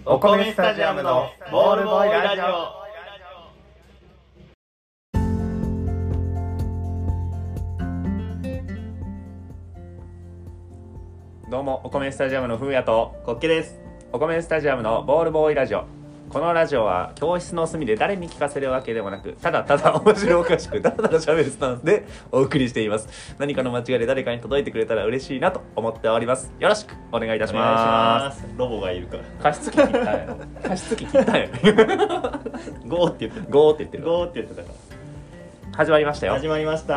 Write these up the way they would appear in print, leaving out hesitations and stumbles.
お米スタジアムのボールボーイラジオ。どうも、お米スタジアムのふうやとコッケです。 お米スタジアムのボールボーイラジオ。このラジオは教室の隅で誰に聞かせるわけでもなく、ただただ面白おかしくただただ喋るスタンスでお送りしています。何かの間違いで誰かに届いてくれたら嬉しいなと思っております。よろしくお願いいたします。 ロボがいるから加湿器切ったんやろ。加湿器切ったんやろ。 ゴーって言ってた。 ゴーって言ってる。 ゴーって言ってたか始まりましたら。 よ。 始まりました。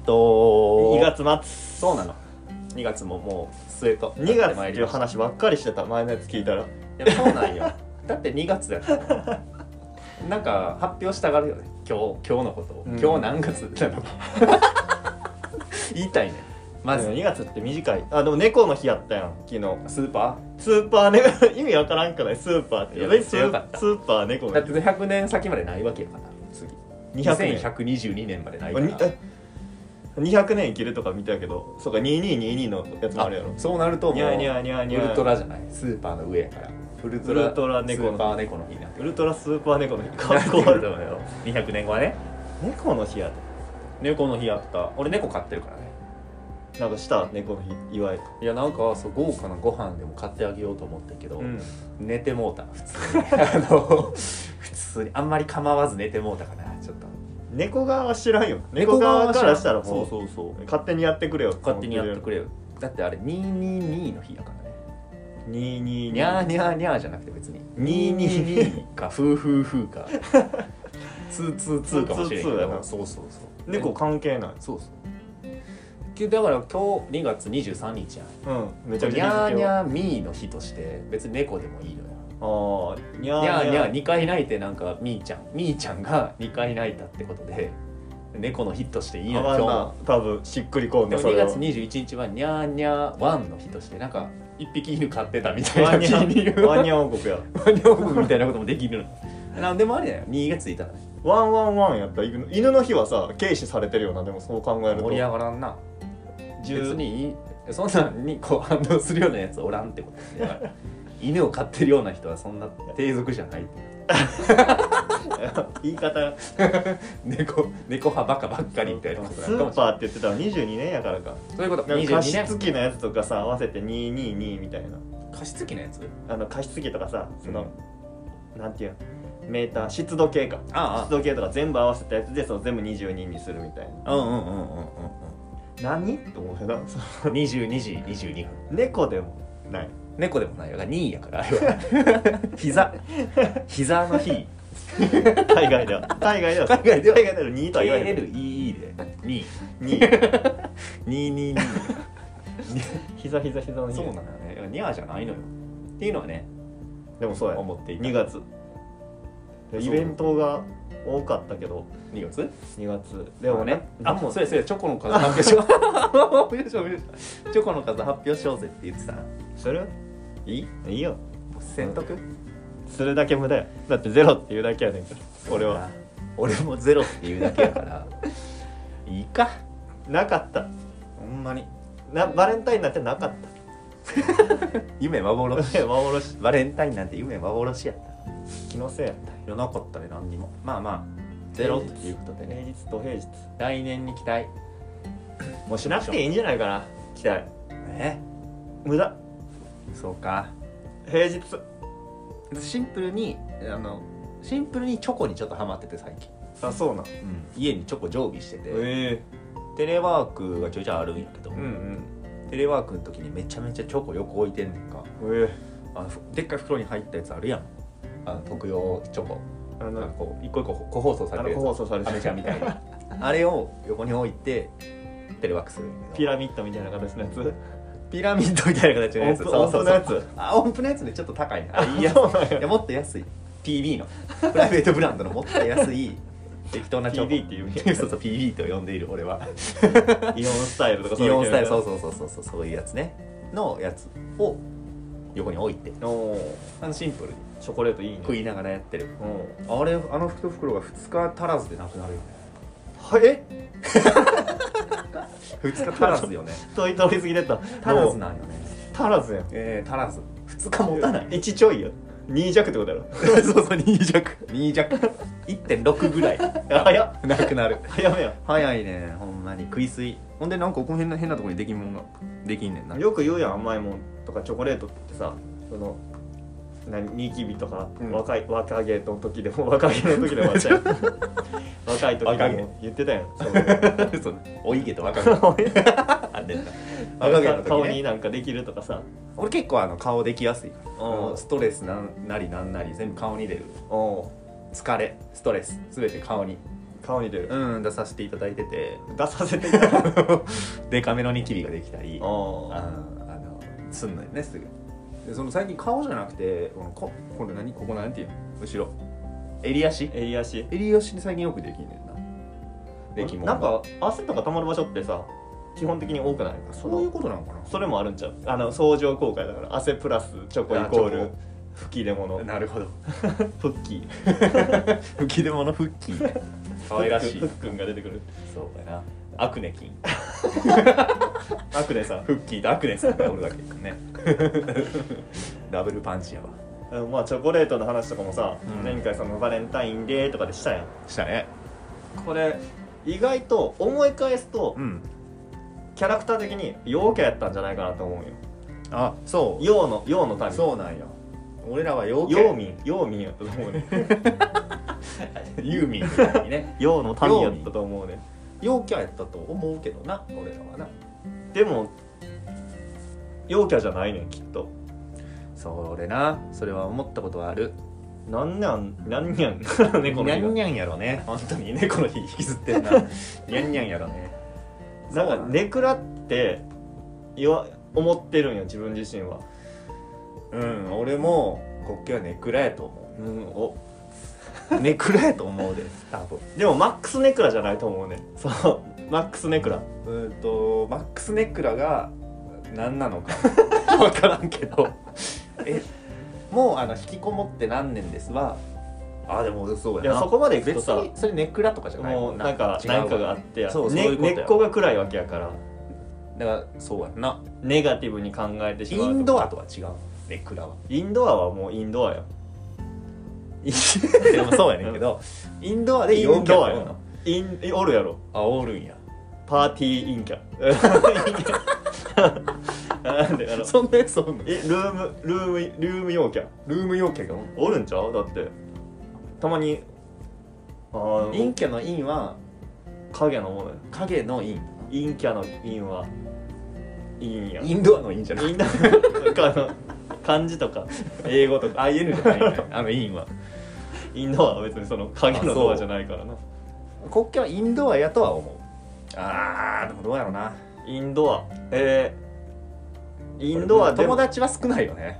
2 月末。 そうなの。2月ももう末と 2月っていう話ばっかりしてた。前のやつ聞いたら。 いやそうなんよ。だって2月だからなんか発表したがるよね。今日のことを、今日何月なの言いたいね。まず 2月って短い。あ、でも猫の日やったやん昨日。 スーパーね意味わからんくない？スーパーって。 いやめっちゃよかった。 スーパー猫の日だって100年先までないわけやから。次2122年までないから 200年生きるとか見たけど、そうか2222のやつもあるやろ。 そうなるともうニャーニャーニャーニャーウルトラじゃない、スーパーの上やからウルトラ猫のスーパー猫の日になってウルトラスーパー猫の日かっこ悪いと思うよ。200年後はね猫の日やで。 猫の日やった。俺猫飼ってるからね。 なんかした猫の日祝い。 いやなんかそう豪華なご飯でも買ってあげようと思ったけど、寝てもうた普通に普通にあんまり構わず寝てもうたかな。ちょっと猫側は知らんよ。猫側からしたらもうそう勝手にやってくれよ。 勝手にやってくれよ。だってあれ222の日やからね。 22 ニャーニャーニャーじゃなくて別に222かフーフーフーか222かもしれんけど、そう猫関係ない。 そうだから今日2月23日やん。 めちゃくちニャゃーニャーミーの日として別に猫でもいいのよ。 ニャーニャー2回泣いて、なんかみーちゃんが2回泣いたってことで猫の日としていいのよ。今日多分しっくりこうね。 でも2月21日はニャーニャーワンの日として、なんか一匹犬飼ってたみたいなワンニャ王国や。 ワンニャ王国みたいなこともできるの。なんでもありだよ。2がついたらね。 ワンワンワンやったら犬の日はさ軽視されてるよな。でもそう考えると盛り上がらんな。別にそんなにこう反応するようなやつおらんってことだから犬を飼ってるような人はそんな低俗じゃないって言い方猫派バカばっかりみたいなことスーパーって言ってたの22年やからか。 そういうこと。 加湿器のやつとかさ合わせて222みたいな。 加湿器のやつ、 加湿器とかさ、その、なんていうのメーター、湿度計か。湿度計とか全部合わせたやつで全部22にするみたいな。何って思うよな。 22時22分。 猫でもない。 猫でもないよ。2位やからあれは膝の日。 海外では2とは言わない。 KLEE で222 膝の日。 そうなのよね。ニャーじゃないのよっていうのはね。 でもそうや。 思っていた。 2月イベントが多かったけど。 2月でもね、 もうそれチョコの数発表しようチョコの数発表しようぜって言ってたな。 それいいよ。 選択するだけ無駄や。だってゼロって言うだけやねんから。 俺もゼロって言うだけやからいいか。 なかった。 ほんまにバレンタインなんてなかった夢幻バレンタインなんて夢幻やった。 気のせいやった。 いやなかったね。何にも。まあゼロっていうことでね。 平日と平日。 来年に期待。 もうしなくていいんじゃないかな。期待。無駄。 そうか。 平日。 シンプルにチョコにちょっとハマってて最近。 あ、そうなん。 家にチョコ常備してて。テレワークがちょいちょいあるんやけど、テレワークの時にめちゃめちゃチョコ横置いてんねんか。でっかい袋に入ったやつあるやん。特用チョコ。こう一個一個個包装されてるやつ。アメちゃんみたいな。あれを横に置いてテレワークする。 ピラミッドみたいな形のやつ。 ピラミッドみたいな形のやつ。 音符のやつ。 音符のやつでちょっと高いな。いやもっと安い。PB のプライベートブランドのもっと安い適当なチョコ。 PB っていうそう PB と呼んでいる俺は。 イオンスタイルとかイオンスタイル、そういうやつねのやつを横に置いて、シンプルにチョコレートいいね。 食いながらやってる。あれの一袋が2日足らずでなくなるよね。2日足らずよね。 通り過ぎてた。 足らずなんよね。 足らずやん。 足らず2日持たない。 1ちょいよ。 2弱ってことやろそうそう2弱 1.6 ぐらい早っなくなる。 早めや早いねほんまに食いすぎ。ほんでなんかこの変なところにできんもんができんねんな。 よく言うやん甘いもんとかチョコレートってさそのニキビとか、若毛の時でも若い時でもあったやん若い時でも言ってたやんそうおいげと若毛あんねんな若毛の時、ね、 顔になんかできるとかさ。 俺結構顔できやすいから、ストレスなりなんなり全部顔に出る。疲れストレス全て顔に出る。 出させていただいてて出させていただいてデカめのニキビができたりすんのよねすぐ。でその最近顔じゃなくてこれ何ここなんていうの後ろ襟足に最近よくできんねんな。できもんなんか汗とか溜まる場所ってさ基本的に多くない？ そういうことなのかな。 それもあるんちゃう？相乗効果だから汗プラスチョコイコール吹き出物。 なるほどフッキー吹き出物フッキー可愛らしいフックンが出てくる。 そうかな。アクネ菌アクネさんフッキーとアクネさんがおるだけねダブルパンチやわ。 まあチョコレートの話とかもさ、前回そのバレンタインデーとかでしたやん。 したね。 これ意外と思い返すと、キャラクター的に陽キャやったんじゃないかなと思うよ。 あ、そう。 陽の民。 そうなんや。俺らは陽キャ。 陽民やったと思うね。 ユーミンみたいにね。 陽の民やったと思うね。 陽キャやったと思うけどな、俺らはな。 でも陽キャじゃないねんきっと。 それな、それは思ったことはある。 なんにゃん猫の日にゃんにゃんやろね。本当に猫の日引きずってんな。にゃんにゃんやろね。 なんかネクラって思ってるんよ自分自身は。 俺も国旗はネクラやと思う。ネクラやと思うで多分。 でもマックスネクラじゃないと思うね。そうマックスネクラ。 マックスネクラが何なのか分からんけどもう引きこもって何年ですわ。でもそうやな。 いやそこまでいくとさ、 それネクラとかじゃないもうなんか何かがあってや。 そう根っこが暗いわけやから。 だからそうやな。 ネガティブに考えてしまう。 インドアとは違う。ネクラは。 インドアはもうインドアや。 でもそうやねんけど、インドアで陽キャやの。 おるやろ。 おるんや。 パーティーインキャ。なんでそんなやつおんの？ ルーム陽キャ。 ルーム陽キャがおるんちゃう？だってたまに陰キャの陰は影のもの。 影の陰。 陰キャの陰は陰や。 インドアの陰じゃない。 漢字とか英語とかIN じゃないね。陰は。 インドアは別にその影のドアじゃないからな。 国旗はインドアやとは思う。でもどうやろうな。 インドアインドアで友達は少ないよね。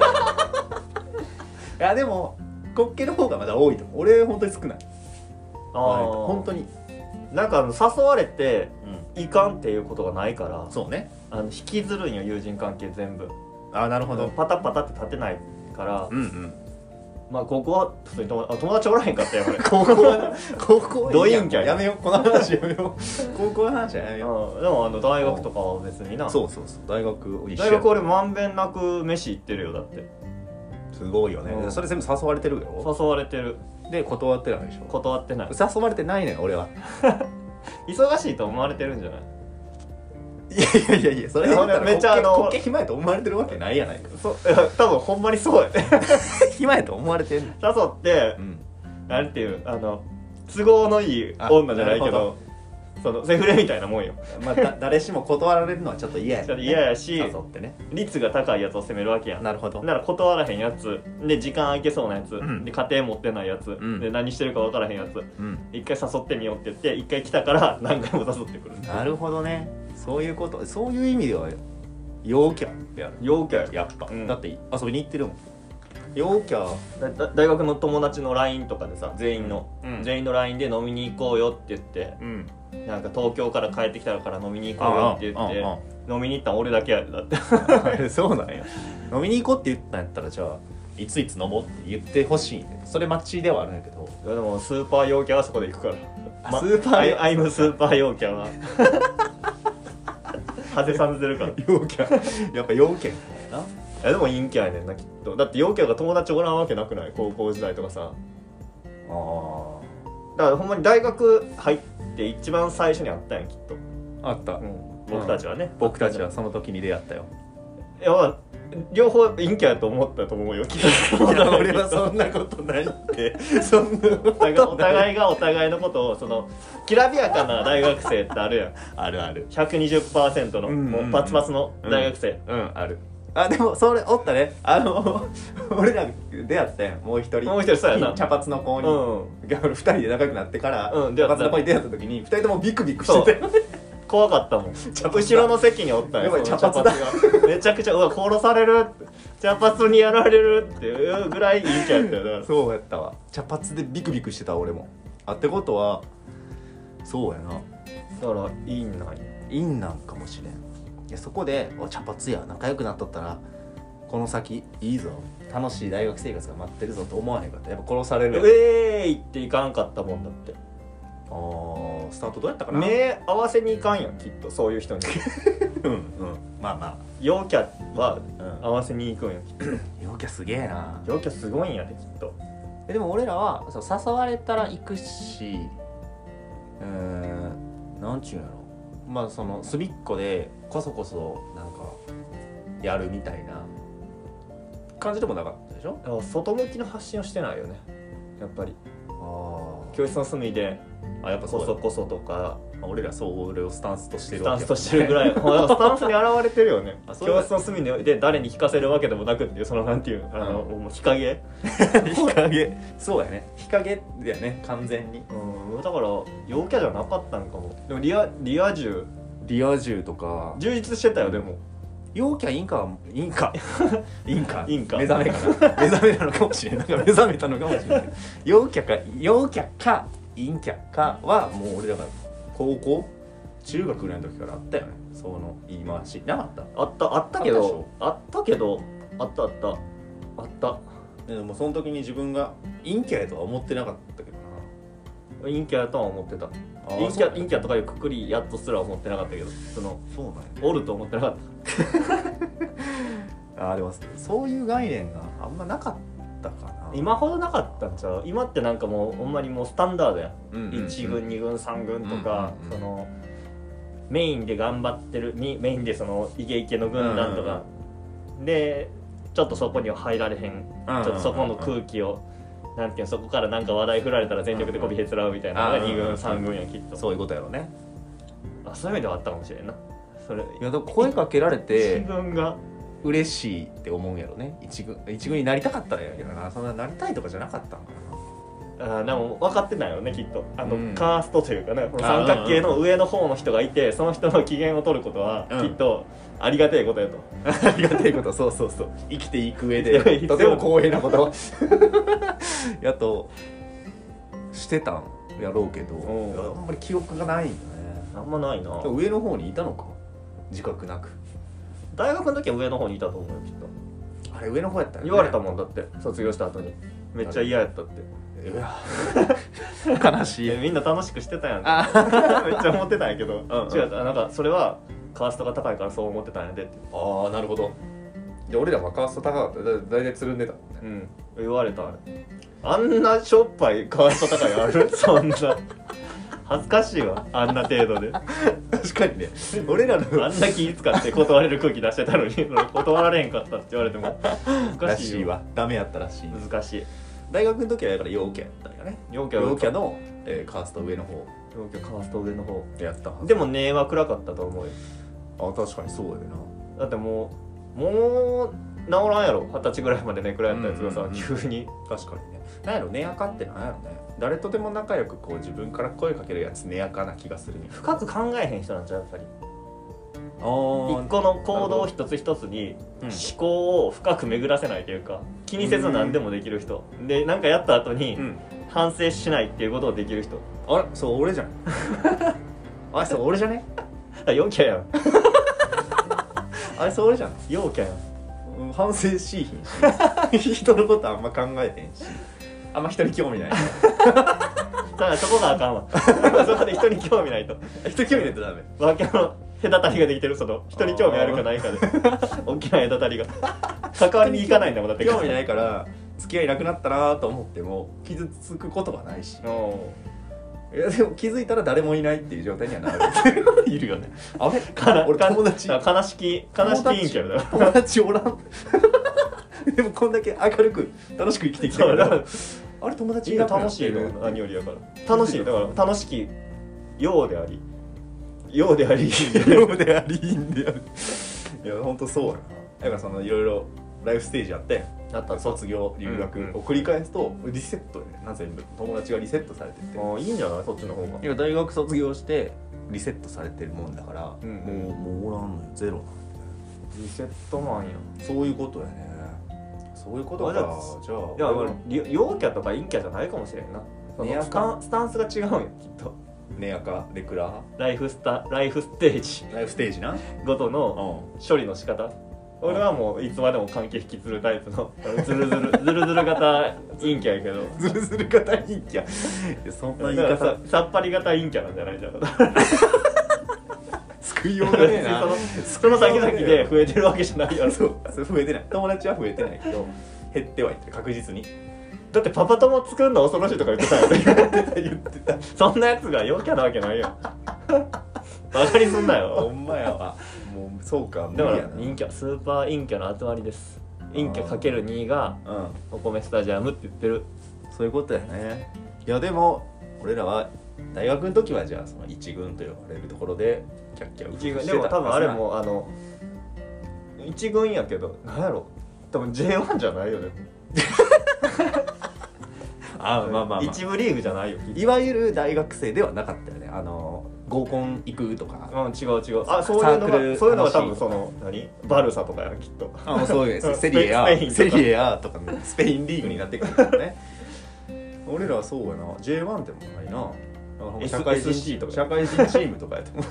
いやでも国旗の方がまだ多いと思う。俺本当に少ない。本当になんか誘われていかんっていうことがないから。 そうね。 引きずるんよ友人関係全部。 なるほど。 パタパタって立てないから。まあ高校は普通に友達おらへんかったよ俺。 高校ドインキャやめよう。この話やめよう。高校の話はやめよう。でも大学とかは別にな。 そう大学俺まんべんなく飯行ってるよ。だってすごいよね。それ全部誘われてるよ。 誘われてる。 で断ってないでしょ。 断ってない。 誘われてないのよ俺は。 忙しいと思われてるんじゃない？ いやそれめっちゃ国旗暇やと思われてるわけないやないか。 多分ほんまにそうやね。 暇やと思われてんの。 誘ってなんていう都合のいい女じゃないけど、そのセフレみたいなもんよ。 誰しも断られるのはちょっと嫌や。 ちょっと嫌やし、 誘ってね。 率が高いやつを責めるわけやん。 なるほど。 だから断らへんやつで時間空けそうなやつで家庭持ってないやつで何してるか分からへんやつ一回誘ってみようって言って一回来たから何回も誘ってくる。 なるほどね。そういうこと、そういう意味では陽キャってある。 陽キャやっぱ、だって遊びに行ってるもん。陽キャ大学の友達の LINE とかでさ全員の LINE で飲みに行こうよって言って、なんか東京から帰ってきたから飲みに行こうよって言って飲みに行ったん俺だけやで。だってそうなんや。飲みに行こうって言ったんやったらじゃあいついつ飲もうって言ってほしいんで、それ待ちではあるんやけど。 でもスーパー陽キャはそこで行くから。 スーパーアイムスーパー陽キャは外さんでるから。 陽キャやっぱ陽キャやな。 やでも陰キャやねんなきっと。だって陽キャが友達おらんわけなくない？高校時代とかさ。だからほんまに大学入って一番最初に会ったんやきっと。 あった、 僕たちはね、 僕たちはその時に出会ったよ。 いや両方陰キャやと思ったと思うよ。 いや俺はそんなことないってそんなお互いがお互いのことをそのきらびやかな大学生ってあるやん。 あるある 120% のもうパツパツの大学生、 ある。あでもそれおったね。俺ら出会ったやんもう一人。 もう一人そうやな。 茶髪の子に、2人で仲良くなってから、 茶髪の子に出会った時に2人ともビクビクしてて怖かったもん。後ろの席におったんや。 茶髪がめちゃくちゃ殺されるって茶髪にやられるっていうぐらい陰キャやったよ。だからそうやったわ。茶髪でビクビクしてた俺も。ってことはそうやな。 だから陰なんや。 陰なんかもしれん。いやそこで茶髪や仲良くなっとったらこの先いいぞ楽しい大学生活が待ってるぞと思わへんかった。やっぱ殺される。 っていかんかったもんだって。 スタートどうやったかな。 目合わせにいかんやんきっとそういう人にまあまあ陽キャは合わせに行くんやきっと。 陽キャすげえな。 陽キャすごいんやできっと。 でも俺らは誘われたら行くしなんちゅうんやろ。まあその隅っこでこそこそなんかやるみたいな感じでもなかったでしょ。 外向きの発信をしてないよねやっぱり。教室の隅でやっぱこそこそとか。 俺らそれをスタンスとしてるスタンスとしてるぐらいスタンスに現れてるよね。教室の隅で誰に聞かせるわけでもなくっていうそのなんていうもう日陰日陰そうやね。日陰だよね完全に。 だから陽キャじゃなかったんかも。でもリア充とか充実してたよ。でも陽キャいいんか目覚めなのかもしれない。目覚めたのかもしれない。陽キャか陰キャかはもう俺だから高校中学ぐらいの時からあったよね。その言い回しなかった。 あったけどでもその時に自分が陰キャやとは思ってなかったけどな。 陰キャやとは思ってた。陰キャとかいうくくりやっとすら思ってなかったけどそうなんや。 おると思ってなかった。でもそういう概念があんまなかったかな。 今ほどなかったんちゃう。今ってなんかもうほんまにもうスタンダードやん。1軍2軍3軍とか、そのメインで頑張ってるメインでそのイケイケの軍団とか、でちょっとそこには入られへん、ちょっとそこの空気をなんていうの、そこからなんか話題振られたら全力でこびへつらうみたいなのが2軍3軍やきっと。 そういうことやろね。 そういう意味ではあったかもしれんな。それいやだから声かけられて 1軍が嬉しいって思うんやろね。一軍になりたかったらやけどな。そんななりたいとかじゃなかったんかな。でも分かってないよねきっと。カーストというかね、この三角形の上の方の人がいて、その人の機嫌を取ることはきっとありがてえことやと。 ありがてえこと、そう生きていく上でとても光栄なことやとしてたんやろうけど、あんまり記憶がないんだね。 あんまないな。 上の方にいたのか自覚なく。 大学の時は上の方にいたと思うよきっと。 あれ上の方やったよね。 言われたもんだって卒業した後にめっちゃ嫌やったって。 悲しい。 みんな楽しくしてたやん。めっちゃ思ってたんやけど、違う、なんかそれはカーストが高いからそう思ってたんやでって。 なるほど。で俺らはカースト高かったら大体つるんでたもんね。 言われた。あんなしょっぱいカースト高いあるそんな恥ずかしいわ、あんな程度で。 確かにね。俺らのあんな気使って断れる空気出してたのに断られへんかったって言われても難しいわ。ダメやったらしい。 難しい。 大学の時はだから陽キャやったんやね。陽キャの、カースト上の方。 陽キャカースト上の方でやったはず。 でも根は暗かったと思うよ。 確かにそうやな。 だってもう治らんやろ。20歳ぐらいまで根暗やったやつがさ、急に。 確かにね。なんやろ、根垢ってなんやろね。誰とでも仲良くこう自分から声かけるやつ根垢な気がする。 深く考えへん人なんちゃうやっぱり。一個の行動一つ一つに思考を深く巡らせないというか、気にせず何でもできる人で、何かやった後に反省しないっていうことをできる人。 あれそう俺じゃん。あれそう俺じゃね。 陽キャやん。 あれそう俺じゃん。 陽キャやん。 反省しいひんし人のことあんま考えへんし、あんま人に興味ない。 そこがあかんわ。そこで人に興味ないと。 人興味ないとダメ。 わけの隔たりができてる、その人に興味あるかないかで大きな隔たりが関わりに行かないんだもん。だって興味ないから付き合いなくなったなと思っても傷つくことはないし、いやでも気づいたら誰もいないっていう状態にはなるいるよね。 あれ俺友達悲しき陰キャラだ。 友達おらんでもこんだけ明るく楽しく生きてきたからあれ友達いなくなってる。 楽しいの何よりやから楽しい。だから楽しきようでありようでありようでありいいんである。いやほんとそうやな。だからそのいろいろライフステージあって卒業留学を繰り返すとリセットやね。なぜ友達がリセットされてて、 ああいいんじゃない、そっちの方が。 いや大学卒業してリセットされてるもんだから、もうおらんのよ、ゼロなんで。 リセットマンや。 そういうことやね。そういうことか。じゃあ陽キャとか陰キャじゃないかもしれんな。スタンスが違うんよきっと。 ネアカレクラライフステージなごとの処理の仕方。俺はもういつまでも関係引きずるタイプのズルズル型陰キャやけどズルズル型陰キャそんな言い方さっぱり型陰キャなんじゃないじゃん救いようがねえなその先々で増えてるわけじゃないやろ。 そう増えてない。友達は増えてないけど減ってはいってる、確実に。 だってパパ友作るの恐ろしいとか言ってたよ言ってたそんなやつが陽キャなわけないよバカにすんなよ。 ほんまやわ。もうそうか。 だから陰キャ、スーパー陰キャの集まりです。陰キャ ×2 がお米スタジアムって言ってる。 そういうことやね。いやでも俺らは大学の時はじゃあその一軍と呼ばれるところでキャッキャウフフしてた。 でも多分あれも一軍やけどなんやろ、多分 J1 じゃないよねまあ一部リーグじゃないよ。 いわゆる大学生ではなかったよね。合コン行くとか。 違う。そういうのが多分そのバルサとかやきっと。 そうですセリエ A とかスペインリーグになってくるからね俺らはそうやな。 J1 でもないな。社会人チームとかやと思う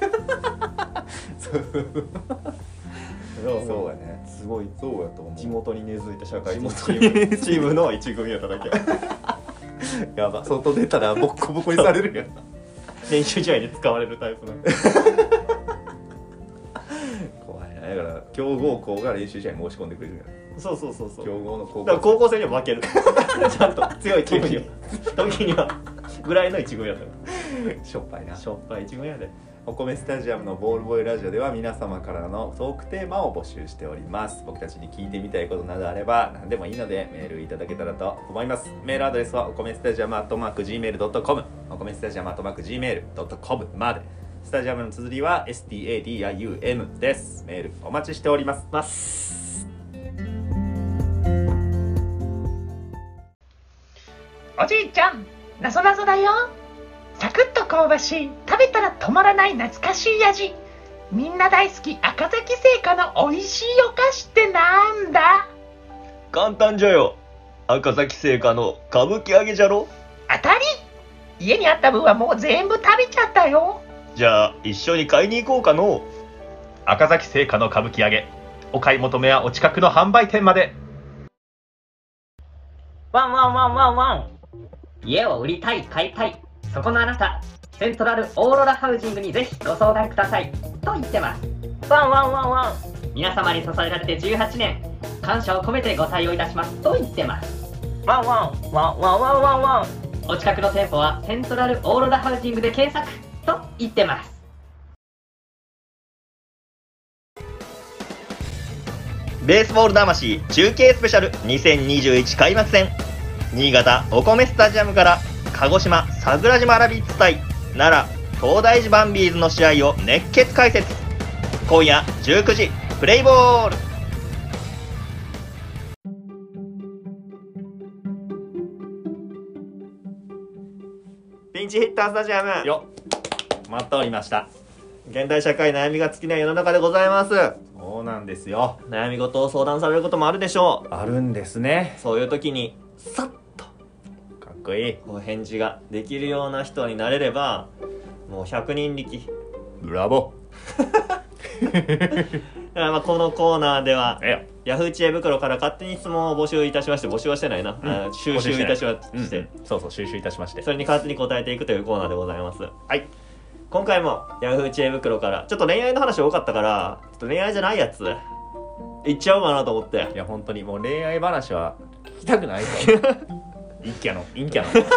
そうやね。 すごいそうやと思う。 地元に根付いた社会人チームの一軍やっただけやば、外出たらボッコボコにされるやん練習試合に使われるタイプの怖いな。だから強豪校が練習試合に申し込んでくれるやん。 そう強豪の高校生。 だから高校生には負けるちゃんと強いチームにはぐらいの一軍やったよしょっぱいな。 しょっぱい一軍やで。 お米スタジアムのボールボーイラジオでは皆様からのトークテーマを募集しております。僕たちに聞いてみたいことなどあれば何でもいいのでメールいただけたらと思います。メールアドレスはお米スタジアム@gmail.com お米スタジアム@gmail.com まで。スタジアムの綴りは STADIUM です。メールお待ちしております。 おじいちゃん、なぞなぞだよ。サクッと香ばしい、食べたら止まらない懐かしい味。みんな大好き赤崎製菓の美味しいお菓子ってなんだ？ 簡単じゃよ。赤崎製菓の歌舞伎揚げじゃろ。 当たり。家にあった分はもう全部食べちゃったよ。 じゃあ一緒に買いに行こうかの。 赤崎製菓の歌舞伎揚げ、お買い求めはお近くの販売店まで。 ワンワンワンワンワン。家を売りたい買いたい、そこのあなた、セントラルオーロラハウジングにぜひご相談くださいと言ってます。ワンワンワンワン。皆様に支えられて18年、感謝を込めてご対応いたしますと言ってます。ワンワンワンワンワンワンワン。お近くの店舗はセントラルオーロラハウジングで検索と言ってます。 ベースボール魂中継スペシャル2021開幕戦、新潟お米スタジアムから鹿児島桜島ラビッツ対奈良東大寺バンビーズの試合を熱血解説。今夜19時プレイボール。ピンチヒッタースタジアムよっ、待っておりました。 現代社会悩みが尽きない世の中でございます。 そうなんですよ。 悩み事を相談されることもあるでしょう。 あるんですね。 そういう時にさっとかっこいいこう返事ができるような人になれればもう100人力。 ブラボまあこのコーナーではヤフー知恵袋から勝手に質問を募集いたしまして、募集はしてないな、収集いたしまして、 そう収集いたしまして、 それに勝手に答えていくというコーナーでございます。 はい。 今回もヤフー知恵袋からちょっと恋愛の話多かったからちょっと恋愛じゃないやついっちゃおうかなと思って。 いや本当にもう恋愛話は聞きたくないと陰キャの因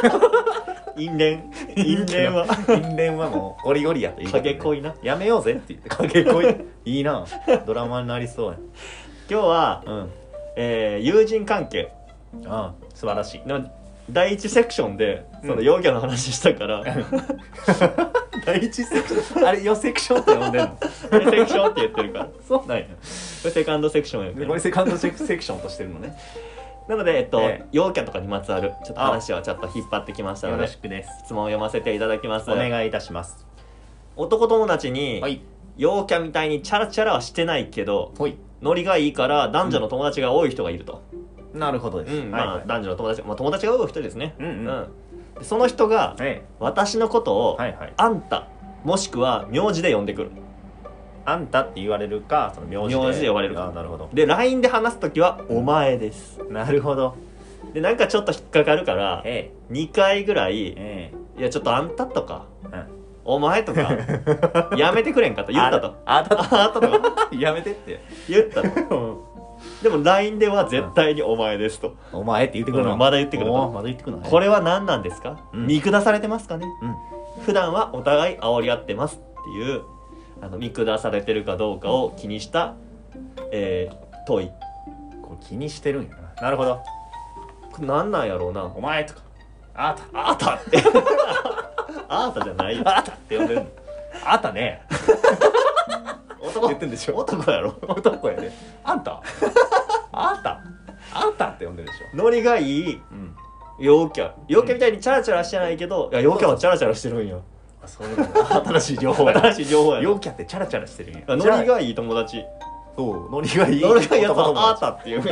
縁はもうゴリゴリやと言い影恋な。 やめようぜって言って影恋いいなドラマになりそうや。 今日は、友人関係素晴らしいの第一セクションでその陽キャの話したから、 第一セクションあれよセクションって呼んでんのセクションって言ってるからそうなんや。 これセカンドセクションやけどこれセカンドセクションとしてるのね。 なので陽キャとかにまつわるちょっと話をちょっと引っ張ってきましたのでよろしくです。 質問を読ませていただきます。 お願いいたします。 男友達に、 はい、 陽キャみたいにチャラチャラはしてないけど、 はい、 ノリがいいから男女の友達が多い人がいると。 なるほどです。 まあ男女の友達、友達が多い人ですね。その人が私のことをあんたもしくは名字で呼んでくる。 あんたって言われるかその名字で呼ばれるか。 なるほど。 で LINE で話すときはお前です。 なるほど。 でなんかちょっと引っかかるから2回ぐらいいやちょっとあんたとかお前とかやめてくれんかと言ったと。 あったとかやめてって言ったと。でも LINE では絶対にお前ですと。 お前って言ってくるの。 まだ言ってくると。 まだ言ってくるの。 これは何なんですか？見下されてますかね？普段はお互い煽り合ってますっていう見下されてるかどうかを気にした問い。 これ気にしてるんやな。なるほど。 これ何なんやろうな。 お前とかあーたってあーたじゃないよ。 あーたって呼んでるの。あーたね男言ってんでしょ。 男やろ。 男やで。あんたあんたって呼んでるでしょ。 ノリがいい陽キャみたいにチャラチャラしてないけど、いや陽キャはチャラチャラしてるんや。 そういうの新しい情報や。陽キャってチャラチャラしてるんや。 ノリがいい友達。 そうノリがいいやつはあーたっていう。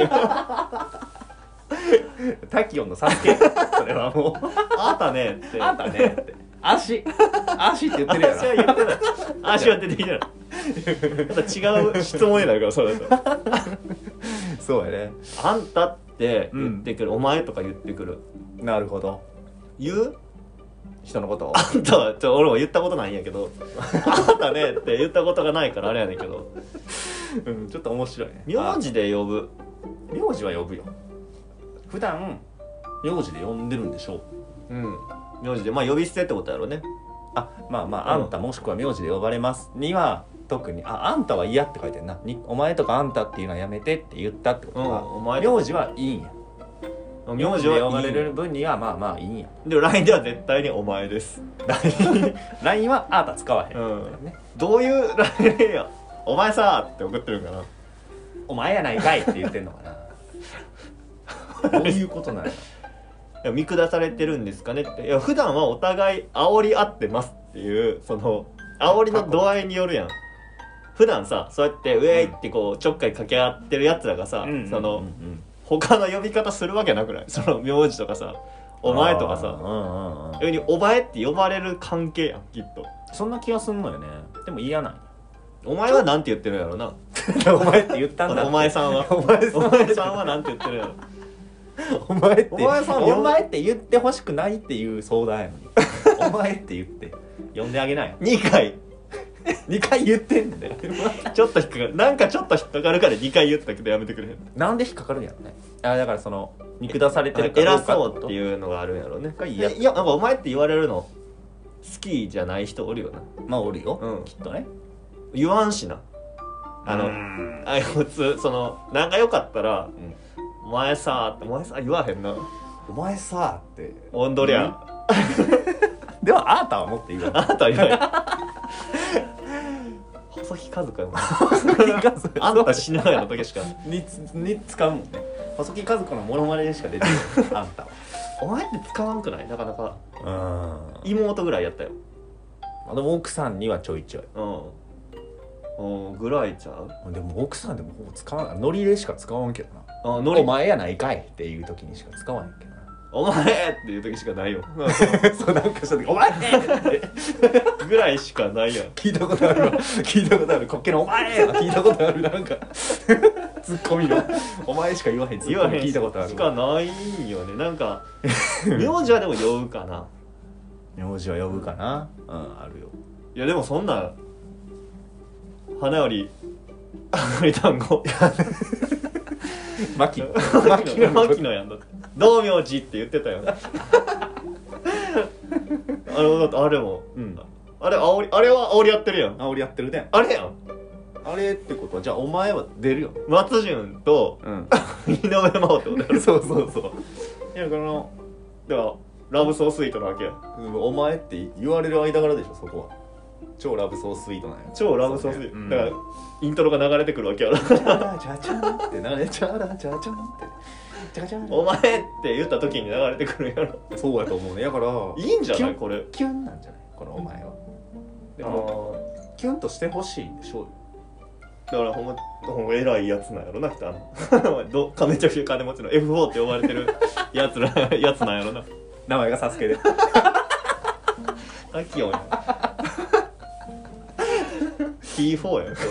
タキオンのサスケ。それはもうあーたねってあんたねって足って言ってるやろ。 足は言ってない。足は出てきてない。また違う質問になるからそれだと。 そうやね。 あんたって言ってくる、お前とか言ってくる。 なるほど。 言う人のことを。 あんたは俺も言ったことないんやけどあんたねって言ったことがないからあれやねんけどちょっと面白いね。 名字で呼ぶ。 名字は呼ぶよ。普段名字で呼んでるんでしょう。 名字で呼び捨てってことやろね。 まああんたもしくは名字で呼ばれますには特にあんたは嫌って書いてるな。お前とかあんたっていうのはやめてって言ったってことは、名字はいいんや。名字で呼ばれる分にはまあいいんや。 でも LINE では絶対にお前です。 LINE はあんた使わへん、 どういう LINE やお前さーって送ってるんかな。 お前やないかいって言ってんのかな。どういうことなの。 いや見下されてるんですかねって。いや普段はお互い煽り合ってますっていうその煽りの度合いによるやん。普段さそうやってウェイってこうちょっかい掛け合ってるやつらがさ、その他の呼び方するわけなくない？その名字とかさお前とかさお前って呼ばれる関係やんきっと。 そんな気がすんのよね。でも嫌なんや。 お前はなんて言ってるんやろな。 お前って言ったんだ。 お前さんはお前さんはなんて言ってるんやろ。 お前って言ってほしくないっていう相談やのにお前って言って呼んであげないよ。 2回言ってんだよ。 ちょっと引っかかる。なんかちょっと引っかかるから2回言ったけどやめてくれへん。 なんで引っかかるんやろね。だからその見下されてるかどうか偉そうっていうのがあるんやろね。いやなんかお前って言われるの好きじゃない人おるよな。 まあおるよ、きっとね。 言わんしな。普通その仲良かったら、お前さーってお前さ言わへんな。 お前さーって温度りゃでもあーたはもって言う。 あーたは言わない細木和子やもん。あんた死ぬ前の時しかに使うもんね。細木和子のモノマネでしか出てないあんたは。 お前って使わんくない？なかなか。妹ぐらいやったよ。 でも奥さんにはちょいちょい。 ぐらいちゃう。 でも奥さんでもほぼ使わない。ノリでしか使わんけどな。お前やないかいっていう時にしか使わへんけどな。 お前っていう時しかないよ。 そうなんかした時お前ってぐらいしかないやん。 聞いたことあるわ。聞いたことある。こっけのお前は聞いたことある。なんかツッコミのお前しか言わへんツッコミ聞いたことある。 しかないんよね。なんか名字はでも呼ぶかな。 名字は呼ぶかな。あるよ。 いやでもそんな花より単語牧野やんだって道明寺って言ってたよあれも、うん、あれは煽りやってるやん。 煽りやってるね。 あれやん。 あれってことはじゃあお前は出るよ。 松潤と、井上真央ってことやろ。 そうそうそう。いやだからラブソースイートなわけや。 お前って言われる間柄でしょそこは。超ラブソースイートなんや。 超ラブソースイート、ね、だからイントロが流れてくるわけやろ。 チャラチャチャンってなれチャラチャチャンってチャチャンお前って言った時に流れてくるやろ。 そうやと思うね。だからいいんじゃないこれ。 キュンなんじゃないこのお前は。でもキュンとしてほしいんでしょうよ。 だからほんま偉いやつなんやろなってめちゃくちゃ金持ちの F4 って呼ばれてるやつなんやろな。 名前がサスケでタキオンやT4 や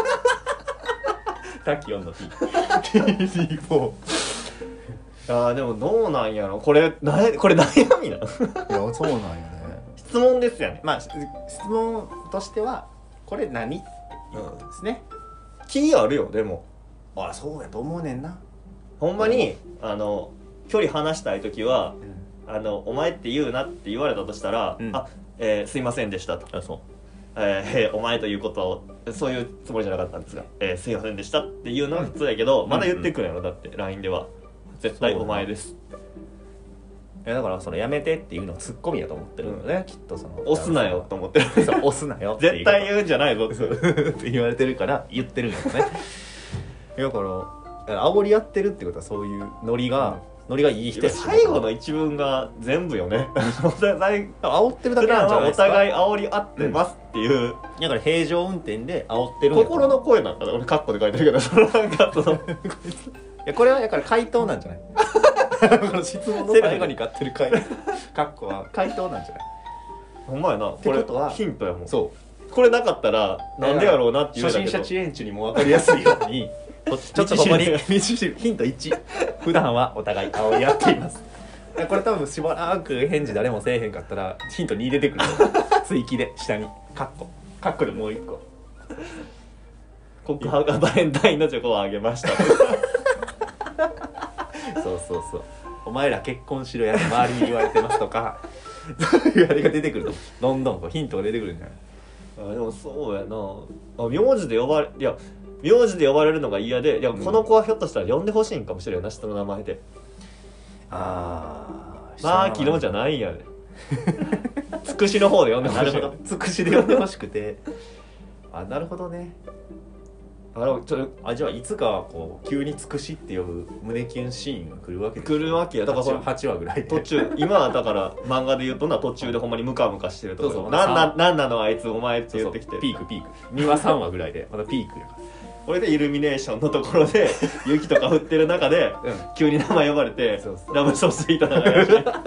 タキオンの T4 でもどうなんやろこれ悩みな。いやそうなんよね。 質問ですよね。 まあ質問としてはこれ何っていうことですね。 気あるよ。でもそうやと思うねんな。 ほんまに距離離したい時は、お前って言うなって言われたとしたら、すいませんでしたと。 そうお前ということをそういうつもりじゃなかったんですが、すいませんでしたっていうのは普通やけど、まだ言ってくるやろ。だって LINE では絶対お前です。 だからそのやめてっていうのはツッコミやと思ってるんだね、きっと。 押すなよと思ってる。 押すなよ絶対言うんじゃないぞって言われてるから言ってるんだよね。だから煽りやってるってことはそういうノリがいい人やし、 最後の一文が全部よね。 煽ってるだけなんじゃないですか。 お互い煽り合ってますっていう、 だから平常運転で煽ってる心の声なんか俺カッコで書いてるけど、 いやこれはだから回答なんじゃないこの質問の最後に買ってるカッコは回答なんじゃない。 ほんまやな。 ってことはヒントやもん。 そうこれなかったらなんでやろうなっていう初心者遅延中にも分かりやすいようにちょっとここにヒント1、普段はお互い煽り合っています。これ多分しばらく返事誰もせえへんかったらヒント2出てくる追記で下にカッコでもう1個告白バレンタインのチョコをあげましたそうお前ら結婚しろやって周りに言われてますとかそういうあれが出てくるとどんどんヒントが出てくるんじゃない。 でもそうやな。名字で呼ばれるのが嫌で、この子はひょっとしたら呼んでほしいんかもしれんな、下の名前で。キノじゃないんやで。つくしの方で呼んでほしい。 なるほど、つくしで呼んでほしくてなるほどね。じゃあいつかこう急につくしって呼ぶ胸キュンシーンが来るわけですよ。 来るわけや。だから 8話ぐらいで途中今はだから漫画で言うと途中でほんまにムカムカしてるところ。なんなのあいつお前って言ってきて、 ピーク2話3話ぐらいでまだピークやから。 これでイルミネーションのところで雪とか降ってる中で、急に名前呼ばれてラブソースイートながら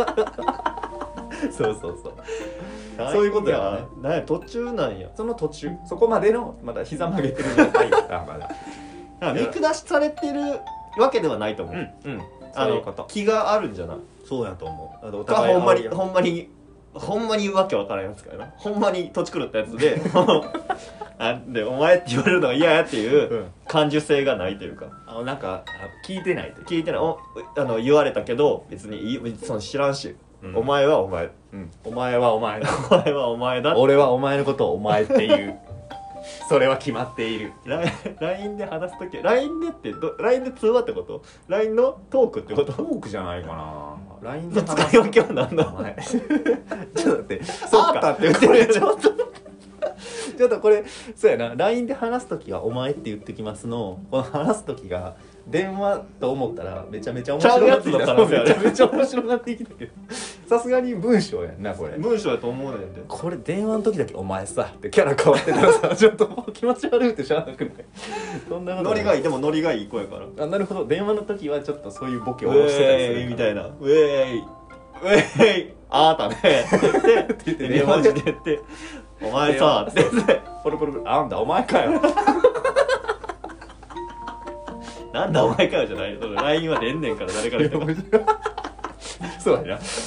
そうそういうことやね。途中なんや。 その途中、そこまでのまだ膝曲げてる状態だまだ見下しされてるわけではないと思う。 そういうこと。 気があるんじゃない。 そうやと思う。 ほんまにわけわからんやつかやな。ほんまに土地狂ったやつででお前って言われるのが嫌やっていう感受性がないというか、 なんか聞いてない言われたけど別にその知らんし、お前はお前、 お前はお前だ、 お前はお前だ、 俺はお前のことをお前っていうそれは決まっている。 LINE で話すとき LINE で通話ってこと？ LINE のトークってこと？ トークじゃないかな。 LINE で使い分けは何だ？ ちょっと待って、そうかって言ってる。ちょっとこれそうやな。 LINE で話すときはお前って言ってきますの、この話すときが電話と思ったらめちゃめちゃ面白くなってきた。めちゃめちゃ面白くなってきたけどさすがに文章やんなこれ。 文章やと思うねんで。 これ電話の時だけお前さってキャラ変わってたらさちょっともう気持ち悪いってしゃあなくない？そんなことない。 ノリがいい子やから。 なるほど。電話の時はちょっとそういうボケをしてたりするみたいな。ウェイあーたねって言って電話で言ってお前さってポロポロあんだお前かよなんだお前かよじゃないよ。LINE は出んねんから誰からしてもそうやな。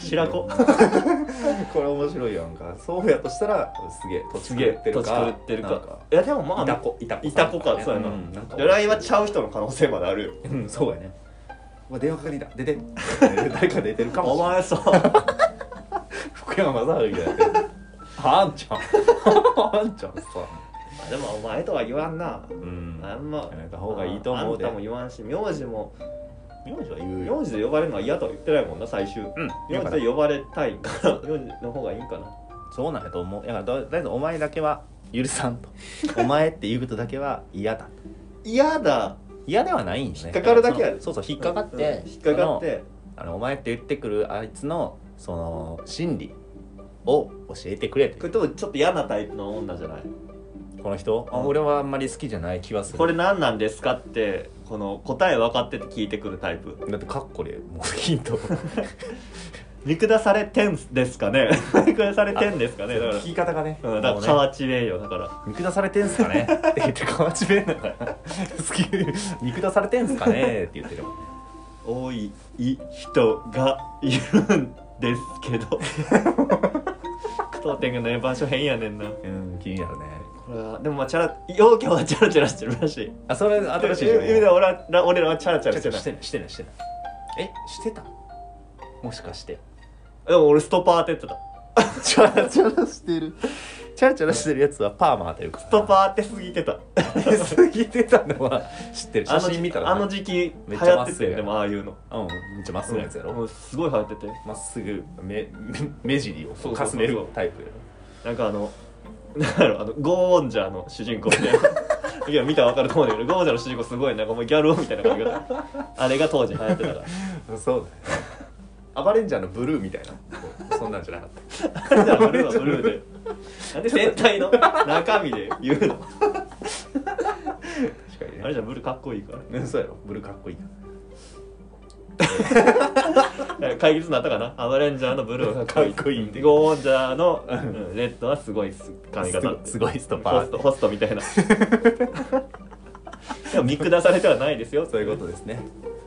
白子これ面白いやんか。そうやとしたらすげえ土地狂ってるか、 土地狂ってるか。 なんいやでもまあいたこか、 そうやな。 なんか狙いはちゃう人の可能性まであるよ。 うんそうやね。電話かかりだ出て誰か出てるかもしれない。 お前さ福山雅治みたいな。あんちゃんあんちゃんさ。 でもお前とは言わんな。あんまやめた方がいいと思うで。 あんたも言わんし、名字も名字は言うよ。 名字で呼ばれるのは嫌とは言ってないもんな最終。名字で呼ばれたいから名字の方がいいんかな。 そうなんやと思う。だからとりあえずお前だけは許さんと。お前っていうことだけは嫌だと。 嫌だ。 嫌ではないんですね。 引っかかるだけやで。 そう引っかかって、 引っかかってお前って言ってくるあいつのその心理を教えてくれと。 これとちょっと嫌なタイプの女じゃない？ この人、俺はあんまり好きじゃない気はする。 これ何なんですかってこの答え分かってて聞いてくるタイプ。 だってカッコでもうヒント見下されてんですかね見下されてんですかね。だから聞き方がね、 だから河内弁よ。だから見下されてんすかねって言って河内弁だから好き見下されてんすかねって言ってる。 多い人がいるんですけど当店がね場所変やねんな。 気になるね。 これはでもまあチャラ陽キャはチャラチャラしてるらしい。 あ、それ新しい情報。 意味で俺らはチャラチャラしてない。 してない。してた？もしかしてでも俺ストパーって言ってた。 チャラチャラしてる。チャラチャラしてるやつはパーマ当てるから。 ストパーって過ぎてた。 過ぎてたのは知ってる。写真見たらあの時期流行ってて、でもああいうのめっちゃまっすぐなやつやろ。 もうすごい流行っててまっすぐ目尻をかすめるタイプやろ。なんかなんだろうゴーンジャーの主人公みたいないや見たら分かると思うんだけど、ゴーンジャーの主人公すごいなんかもうギャル男みたいな髪型あれが当時流行ってたから。 そうだね。アバレンジャーのブルーみたいなそんなんじゃなかった。じゃあブルーはブルーでなんで全体の中身で言うの。確かにね。あれじゃブルーかっこいいから。 そうやろ、ブルーかっこいい解決になったかな。アバレンジャーのブルーはかっこいい。ゴーンジャーのレッドはすごい髪型。 すごいストパー。 ホストみたいな。でも見下されてはないですよ。 そういうことですね。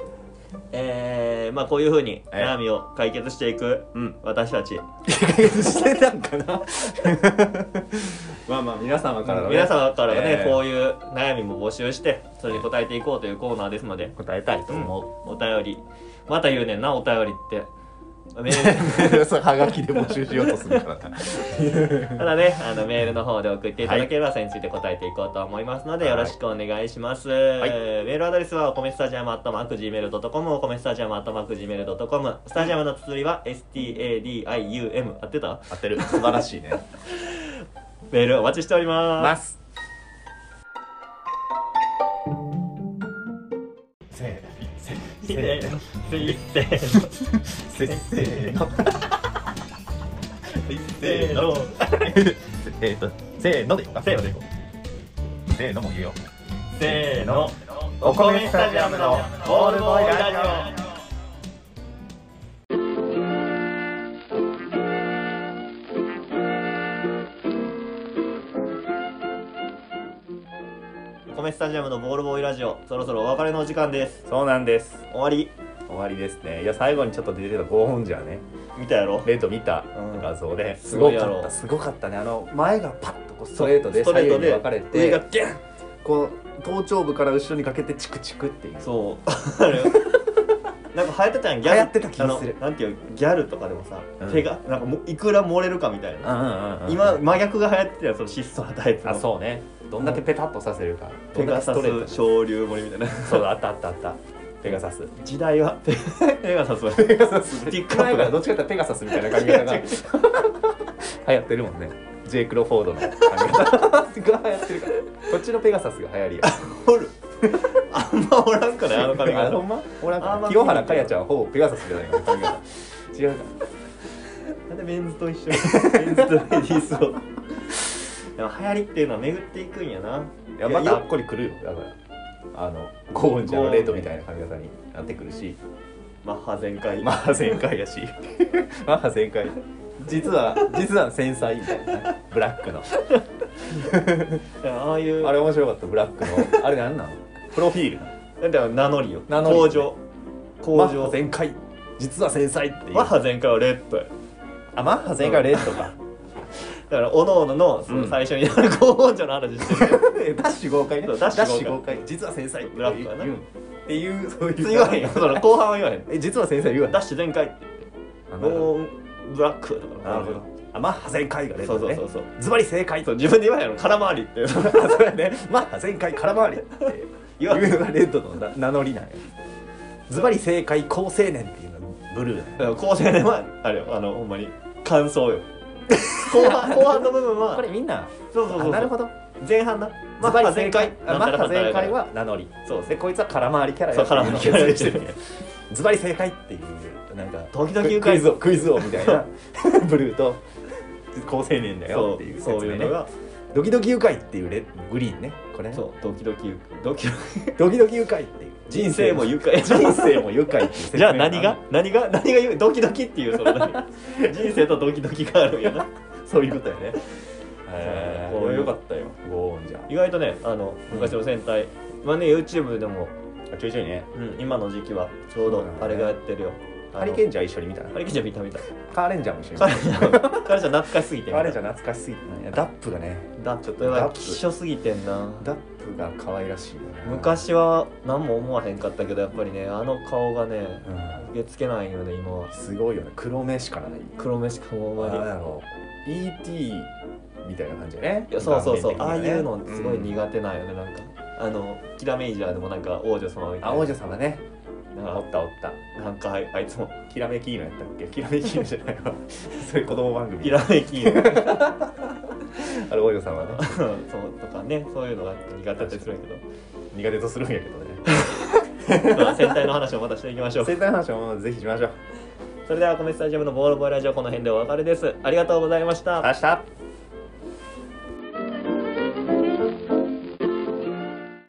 まあこういう風に悩みを解決していく私たち。 解決してたんかな。まあ皆様からのね、 こういう悩みも募集してそれに答えていこうというコーナーですので、 答えたいと思う。お便りまた言うねんな、お便りってはがきで募集しようとするからな。 ただね、メールの方で送っていただければそれについて答えていこうと思いますので、よろしくお願いします。メールアドレスはお米スタジアム@gmail.com、お米スタジアム@gmail.com、スタジアムの綴りは STADIUM。 合ってた？ 合ってる。素晴らしいね。 メールお待ちしております。せーのでいこうか。せーのも言うよ。 せーの、お米スタジアムのボールボーイラジオ。お米スタジアムのボールボーイラジオ、そろそろお別れのお時間です。 そうなんです。 終わりですね。いや、最後にちょっと出てたゴーンジャーね、 見たやろ。 レート見た画像ですごかったね。前がパッとこうストレートで左右に分かれて、 上がギャンこう頭頂部から後ろにかけてチクチクっていう。 そうなんか流行ってたやん。 流行ってた気がする。 なんていうギャルとかでもさ、手がなんかもいくら漏れるかみたいな。今真逆が流行ってたやん、その質素なタイプの。 あ、そうね。どんだけペタッとさせるか。 ペガサス昇竜盛りみたいな。 そうだ、あったペガサス。 時代はペガサスティックアップがどっちかってペガサスみたいな髪型が流行ってるもんね。ジェイクロフォードの髪型が流行ってるから。こっちのペガサスが流行りや。 おる。あんまおらんかね、あの髪型。 ほんまおらんか。清原果耶ちゃんはほぼペガサスじゃないか髪型。違うか。 なんでメンズと一緒にメンズとレディースを。でも流行りっていうのは巡っていくんやな。 いや、またあっこり来るよ。だからゴーンジャーのレートみたいな髪型になってくるし、 マッハ全開やしマッハ全開。実は繊細みたいなブラックのああいうあれ面白かった。ブラックのあれなんなの、プロフィールなんだよ、名乗りよ。工場マッハ全開実は繊細っていう。 マッハ全開はレッドや。 あ、マッハ全開はレッドか。 だからおのおののその最初にやる高音調の話してる。 ダッシュ豪快ね。 ダッシュ豪快。実は繊細ってブラックはなっていうそういう。 言わへんよ。その後半は言わへん。 実は繊細言わへん。 ダッシュ全開って言って。高音ブラックとか。 なるほど。あ、マッハ全開がレッドね。 そう。 ズバリ正解。 そう自分で言わへんの。空回りって。 それね。マッハ全開空回りっていうのがレッドの名乗りなんや。ズバリ正解好青年っていうのがブルーだよ。 好青年はあれよ、ほんまに感想よ。後半の部分はこれみんな。 そうなるほど。 前半な。 マッハ全開。マッハ全開は名乗り。そうでこいつは空回りキャラや。 空回りキャラしてる。 ズバリ正解っていうなんか時々 クイズ王みたいなブルーと好青年だよっていうそういうのがドキドキ愉快っていうグリーンね。これそうドキドキ愉快っていう人生も愉快っていうじゃあ何がドキドキっていうその人生とドキドキがあるんやな。 そういうことやね。これよかったよ。5音じゃ意外とね昔の戦隊まあね YouTube でもちょいちょいね。 今の時期はちょうどあれがやってるよ。 ハリケンジャー一緒に見たな。 ハリケンジャー見た。 カーレンジャーも一緒に見た。カーレンジャー懐かしすぎて。 カーレンジャー懐かしすぎてね。ダップがね。 ちょっと希少すぎてんな。 ダップが可愛らしいよね。 昔は何も思わへんかったけどやっぱりねあの顔がね受け付けないよね今は。 すごいよね。黒目しかない。 黒目しかもあまり。 E.T. みたいな感じやね。 そうああいうのすごい苦手なんよね。なんかキラメイジャーでもなんか王女様みたいな。 王女様ね。おったなんかあいつもキラメキーノやったっけ。キラメキーノじゃないわ。そういう子供番組。 キラメキーノ。 あれ王女様ね。 そうとかねそういうのが苦手だったりするんやけど。 苦手とするんやけどね。 戦隊の話をまたしていきましょう。 戦隊の話をぜひしましょう。 それではコメスタジアムのボールボーイラジオこの辺でお別れです。ありがとうございました。 明日。